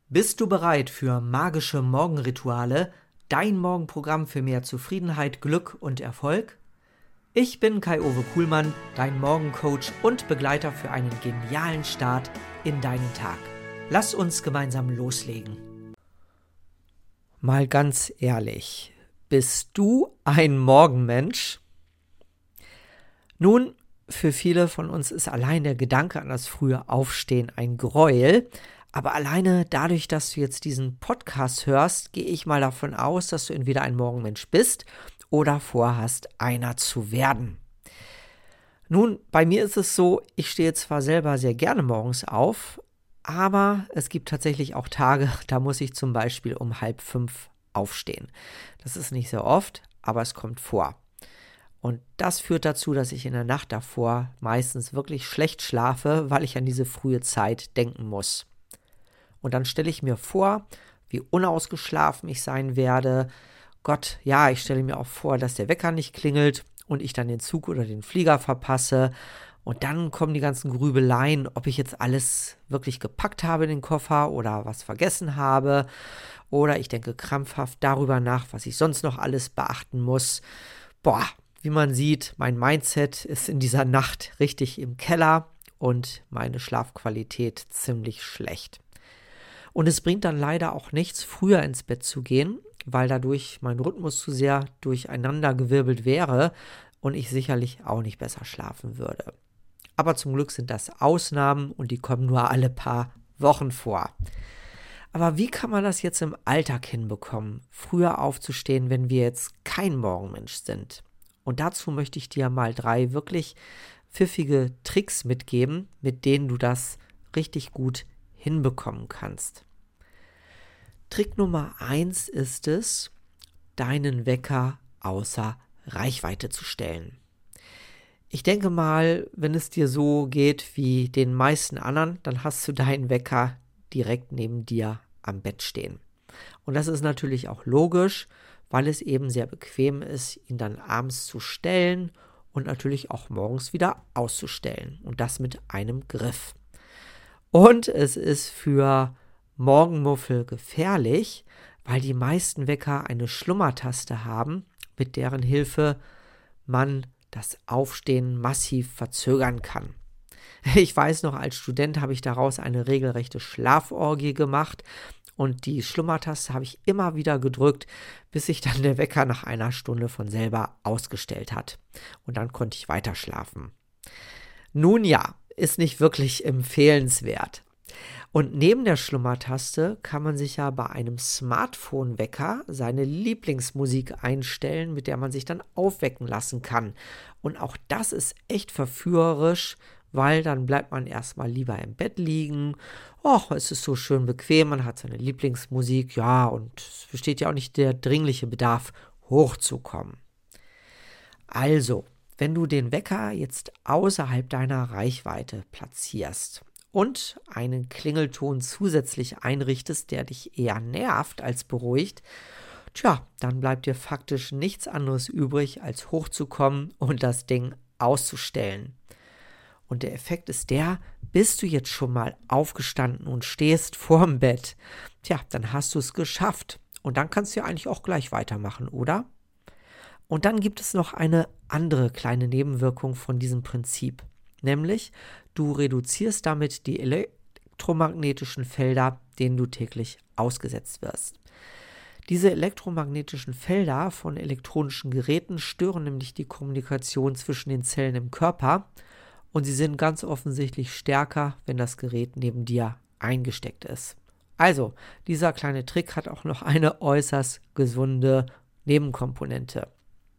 Bist du bereit für magische Morgenrituale, dein Morgenprogramm für mehr Zufriedenheit, Glück und Erfolg? Ich bin Kai-Uwe Kuhlmann, dein Morgencoach und Begleiter für einen genialen Start in deinen Tag. Lass uns gemeinsam loslegen. Mal ganz ehrlich, bist du ein Morgenmensch? Nun, für viele von uns ist allein der Gedanke an das frühe Aufstehen ein Gräuel. Aber alleine dadurch, dass du jetzt diesen Podcast hörst, gehe ich mal davon aus, dass du entweder ein Morgenmensch bist oder vorhast, einer zu werden. Nun, bei mir ist es so, ich stehe zwar selber sehr gerne morgens auf, aber es gibt tatsächlich auch Tage, da muss ich zum Beispiel um 4:30 aufstehen. Das ist nicht sehr oft, aber es kommt vor. Und das führt dazu, dass ich in der Nacht davor meistens wirklich schlecht schlafe, weil ich an diese frühe Zeit denken muss. Und dann stelle ich mir vor, wie unausgeschlafen ich sein werde. Gott, ja, ich stelle mir auch vor, dass der Wecker nicht klingelt und ich dann den Zug oder den Flieger verpasse. Und dann kommen die ganzen Grübeleien, ob ich jetzt alles wirklich gepackt habe in den Koffer oder was vergessen habe. Oder ich denke krampfhaft darüber nach, was ich sonst noch alles beachten muss. Wie man sieht, mein Mindset ist in dieser Nacht richtig im Keller und meine Schlafqualität ziemlich schlecht. Und es bringt dann leider auch nichts, früher ins Bett zu gehen, weil dadurch mein Rhythmus zu sehr durcheinandergewirbelt wäre und ich sicherlich auch nicht besser schlafen würde. Aber zum Glück sind das Ausnahmen und die kommen nur alle paar Wochen vor. Aber wie kann man das jetzt im Alltag hinbekommen, früher aufzustehen, wenn wir jetzt kein Morgenmensch sind? Und dazu möchte ich dir mal 3 wirklich pfiffige Tricks mitgeben, mit denen du das richtig gut hinbekommen kannst. Trick Nummer 1 ist es, deinen Wecker außer Reichweite zu stellen. Ich denke mal, wenn es dir so geht wie den meisten anderen, dann hast du deinen Wecker direkt neben dir am Bett stehen. Und das ist natürlich auch logisch, weil es eben sehr bequem ist, ihn dann abends zu stellen und natürlich auch morgens wieder auszustellen. Und das mit einem Griff. Und es ist für Morgenmuffel gefährlich, weil die meisten Wecker eine Schlummertaste haben, mit deren Hilfe man das Aufstehen massiv verzögern kann. Ich weiß noch, als Student habe ich daraus eine regelrechte Schlaforgie gemacht und die Schlummertaste habe ich immer wieder gedrückt, bis sich dann der Wecker nach einer Stunde von selber ausgestellt hat. Und dann konnte ich weiter schlafen. Nun ja, ist nicht wirklich empfehlenswert. Und neben der Schlummertaste kann man sich ja bei einem Smartphone-Wecker seine Lieblingsmusik einstellen, mit der man sich dann aufwecken lassen kann. Und auch das ist echt verführerisch, weil dann bleibt man erstmal lieber im Bett liegen. Och, es ist so schön bequem, man hat seine Lieblingsmusik, ja, und es besteht ja auch nicht der dringliche Bedarf, hochzukommen. Also, wenn du den Wecker jetzt außerhalb deiner Reichweite platzierst und einen Klingelton zusätzlich einrichtest, der dich eher nervt als beruhigt, dann bleibt dir faktisch nichts anderes übrig, als hochzukommen und das Ding auszustellen. Und der Effekt ist der, bist du jetzt schon mal aufgestanden und stehst vorm Bett, dann hast du es geschafft. Und dann kannst du ja eigentlich auch gleich weitermachen, oder? Und dann gibt es noch eine andere kleine Nebenwirkung von diesem Prinzip, nämlich du reduzierst damit die elektromagnetischen Felder, denen du täglich ausgesetzt wirst. Diese elektromagnetischen Felder von elektronischen Geräten stören nämlich die Kommunikation zwischen den Zellen im Körper und sie sind ganz offensichtlich stärker, wenn das Gerät neben dir eingesteckt ist. Also, dieser kleine Trick hat auch noch eine äußerst gesunde Nebenkomponente.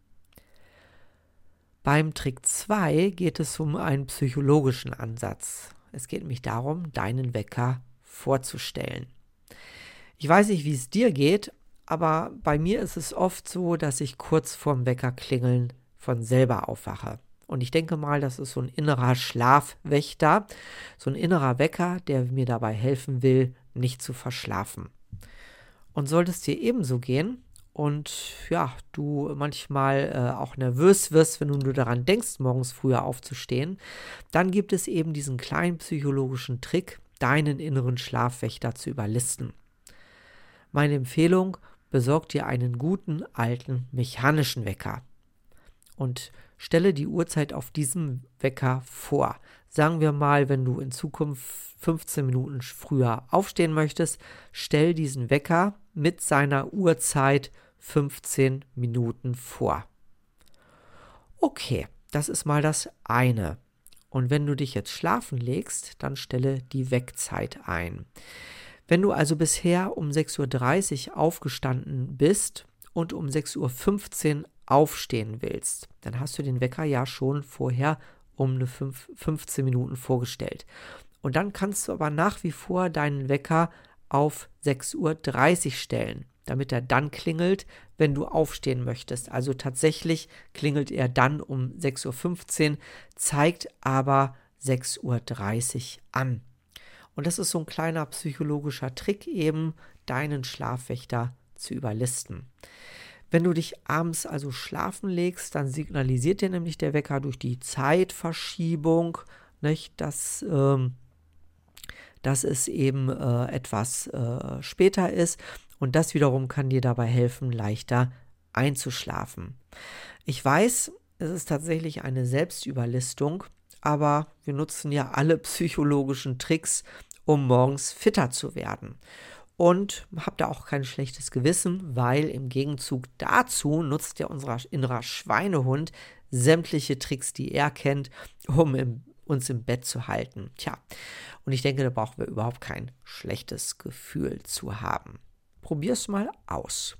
Beim Trick 2 geht es um einen psychologischen Ansatz. Es geht nämlich darum, deinen Wecker vorzustellen. Ich weiß nicht, wie es dir geht, aber bei mir ist es oft so, dass ich kurz vorm Weckerklingeln von selber aufwache. Und ich denke mal, das ist so ein innerer Schlafwächter, so ein innerer Wecker, der mir dabei helfen will, nicht zu verschlafen. Und sollte es dir ebenso gehen und du manchmal auch nervös wirst, wenn du daran denkst, morgens früher aufzustehen, dann gibt es eben diesen kleinen psychologischen Trick, deinen inneren Schlafwächter zu überlisten. Meine Empfehlung: besorg dir einen guten alten mechanischen Wecker und stelle die Uhrzeit auf diesem Wecker vor. Sagen wir mal, wenn du in Zukunft 15 Minuten früher aufstehen möchtest, stell diesen Wecker mit seiner Uhrzeit 15 Minuten vor. Okay, das ist mal das eine. Und wenn du dich jetzt schlafen legst, dann stelle die Weckzeit ein. Wenn du also bisher um 6:30 Uhr aufgestanden bist und um 6:15 Uhr aufstehen willst, dann hast du den Wecker ja schon vorher um 15 Minuten vorgestellt. Und dann kannst du aber nach wie vor deinen Wecker auf 6:30 Uhr stellen, damit er dann klingelt, wenn du aufstehen möchtest. Also tatsächlich klingelt er dann um 6:15 Uhr, zeigt aber 6:30 Uhr an. Und das ist so ein kleiner psychologischer Trick eben, deinen Schlafwächter zu überlisten. Wenn du dich abends also schlafen legst, dann signalisiert dir nämlich der Wecker durch die Zeitverschiebung, nicht, dass es eben etwas später ist. Und das wiederum kann dir dabei helfen, leichter einzuschlafen. Ich weiß, es ist tatsächlich eine Selbstüberlistung, aber wir nutzen ja alle psychologischen Tricks, um morgens fitter zu werden. Und habt da auch kein schlechtes Gewissen, weil im Gegenzug dazu nutzt ja unser innerer Schweinehund sämtliche Tricks, die er kennt, um uns im Bett zu halten. Tja, und ich denke, da brauchen wir überhaupt kein schlechtes Gefühl zu haben. Probier's mal aus.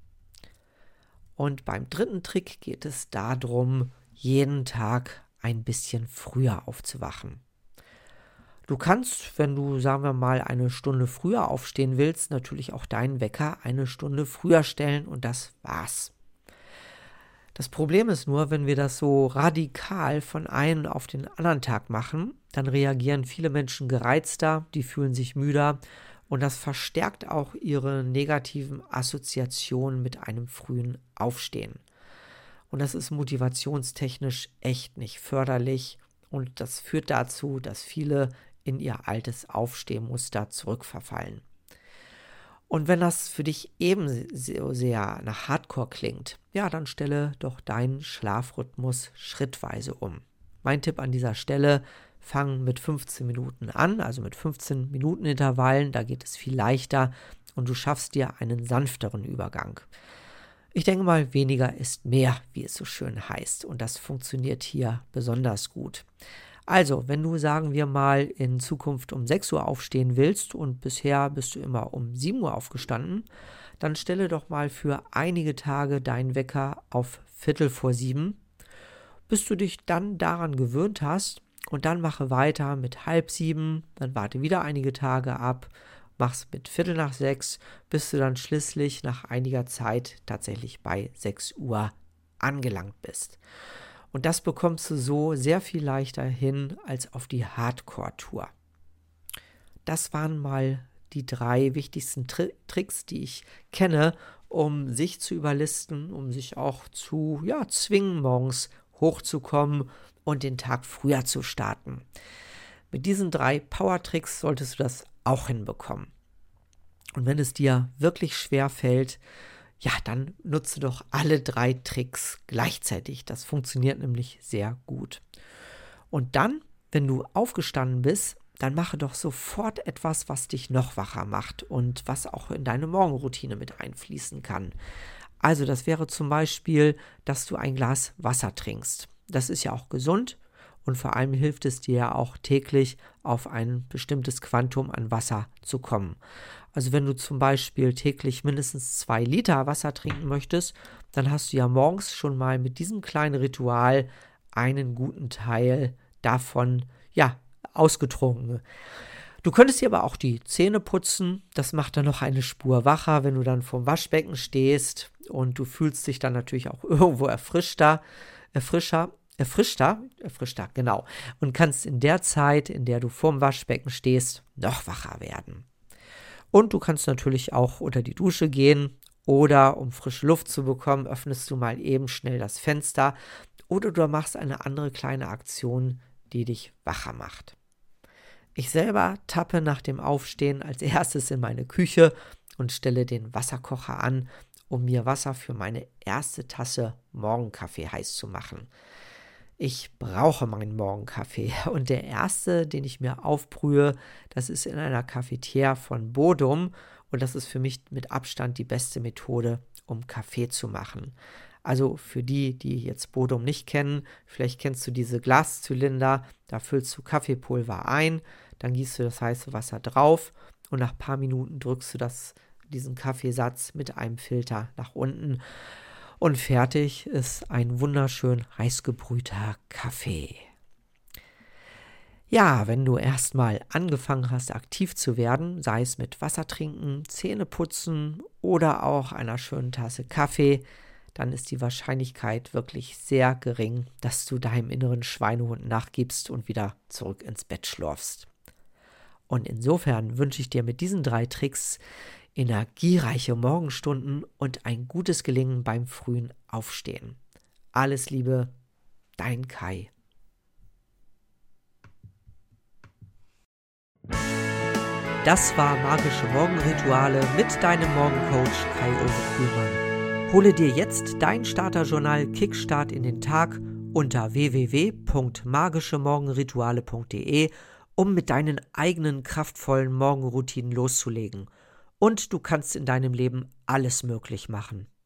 Und beim dritten Trick geht es darum, jeden Tag ein bisschen früher aufzuwachen. Du kannst, wenn du, sagen wir mal, eine Stunde früher aufstehen willst, natürlich auch deinen Wecker eine Stunde früher stellen und das war's. Das Problem ist nur, wenn wir das so radikal von einem auf den anderen Tag machen, dann reagieren viele Menschen gereizter, die fühlen sich müder und das verstärkt auch ihre negativen Assoziationen mit einem frühen Aufstehen. Und das ist motivationstechnisch echt nicht förderlich und das führt dazu, dass viele in ihr altes Aufstehmuster zurückverfallen. Und wenn das für dich eben sehr nach Hardcore klingt, ja, dann stelle doch deinen Schlafrhythmus schrittweise um. Mein Tipp an dieser Stelle: fang mit 15 Minuten an, also mit 15 Minuten Intervallen, da geht es viel leichter und du schaffst dir einen sanfteren Übergang. Ich denke mal, weniger ist mehr, wie es so schön heißt, und das funktioniert hier besonders gut. Also, wenn du, sagen wir mal, in Zukunft um 6 Uhr aufstehen willst und bisher bist du immer um 7 Uhr aufgestanden, dann stelle doch mal für einige Tage deinen Wecker auf 6:15, bis du dich dann daran gewöhnt hast und dann mache weiter mit 6:30, dann warte wieder einige Tage ab, mach's mit 5:45, bis du dann schließlich nach einiger Zeit tatsächlich bei 6 Uhr angelangt bist. Und das bekommst du so sehr viel leichter hin als auf die Hardcore-Tour. Das waren mal die 3 wichtigsten Tricks, die ich kenne, um sich zu überlisten, um sich auch zu zwingen, morgens hochzukommen und den Tag früher zu starten. Mit diesen 3 Power-Tricks solltest du das auch hinbekommen. Und wenn es dir wirklich schwer fällt, ja, dann nutze doch alle 3 Tricks gleichzeitig. Das funktioniert nämlich sehr gut. Und dann, wenn du aufgestanden bist, dann mache doch sofort etwas, was dich noch wacher macht und was auch in deine Morgenroutine mit einfließen kann. Also das wäre zum Beispiel, dass du ein Glas Wasser trinkst. Das ist ja auch gesund und vor allem hilft es dir ja auch täglich, auf ein bestimmtes Quantum an Wasser zu kommen. Also wenn du zum Beispiel täglich mindestens 2 Liter Wasser trinken möchtest, dann hast du ja morgens schon mal mit diesem kleinen Ritual einen guten Teil davon, ausgetrunken. Du könntest dir aber auch die Zähne putzen, das macht dann noch eine Spur wacher, wenn du dann vorm Waschbecken stehst und du fühlst dich dann natürlich auch irgendwo erfrischter, genau, und kannst in der Zeit, in der du vorm Waschbecken stehst, noch wacher werden. Und du kannst natürlich auch unter die Dusche gehen oder um frische Luft zu bekommen, öffnest du mal eben schnell das Fenster oder du machst eine andere kleine Aktion, die dich wacher macht. Ich selber tappe nach dem Aufstehen als erstes in meine Küche und stelle den Wasserkocher an, um mir Wasser für meine erste Tasse Morgenkaffee heiß zu machen. Ich brauche meinen Morgenkaffee und der erste, den ich mir aufbrühe, das ist in einer Cafetière von Bodum und das ist für mich mit Abstand die beste Methode, um Kaffee zu machen. Also für die jetzt Bodum nicht kennen, vielleicht kennst du diese Glaszylinder, da füllst du Kaffeepulver ein, dann gießt du das heiße Wasser drauf und nach ein paar Minuten drückst du diesen Kaffeesatz mit einem Filter nach unten und fertig ist ein wunderschön heißgebrühter Kaffee. Ja, wenn du erstmal angefangen hast, aktiv zu werden, sei es mit Wasser trinken, Zähne putzen oder auch einer schönen Tasse Kaffee, dann ist die Wahrscheinlichkeit wirklich sehr gering, dass du deinem inneren Schweinehund nachgibst und wieder zurück ins Bett schlurfst. Und insofern wünsche ich dir mit diesen 3 Tricks energiereiche Morgenstunden und ein gutes Gelingen beim frühen Aufstehen. Alles Liebe, dein Kai. Das war Magische Morgenrituale mit deinem Morgencoach Kai-Uwe Kuhlmann. Hole dir jetzt dein Starterjournal Kickstart in den Tag unter www.magischemorgenrituale.de, um mit deinen eigenen kraftvollen Morgenroutinen loszulegen. Und du kannst in deinem Leben alles möglich machen.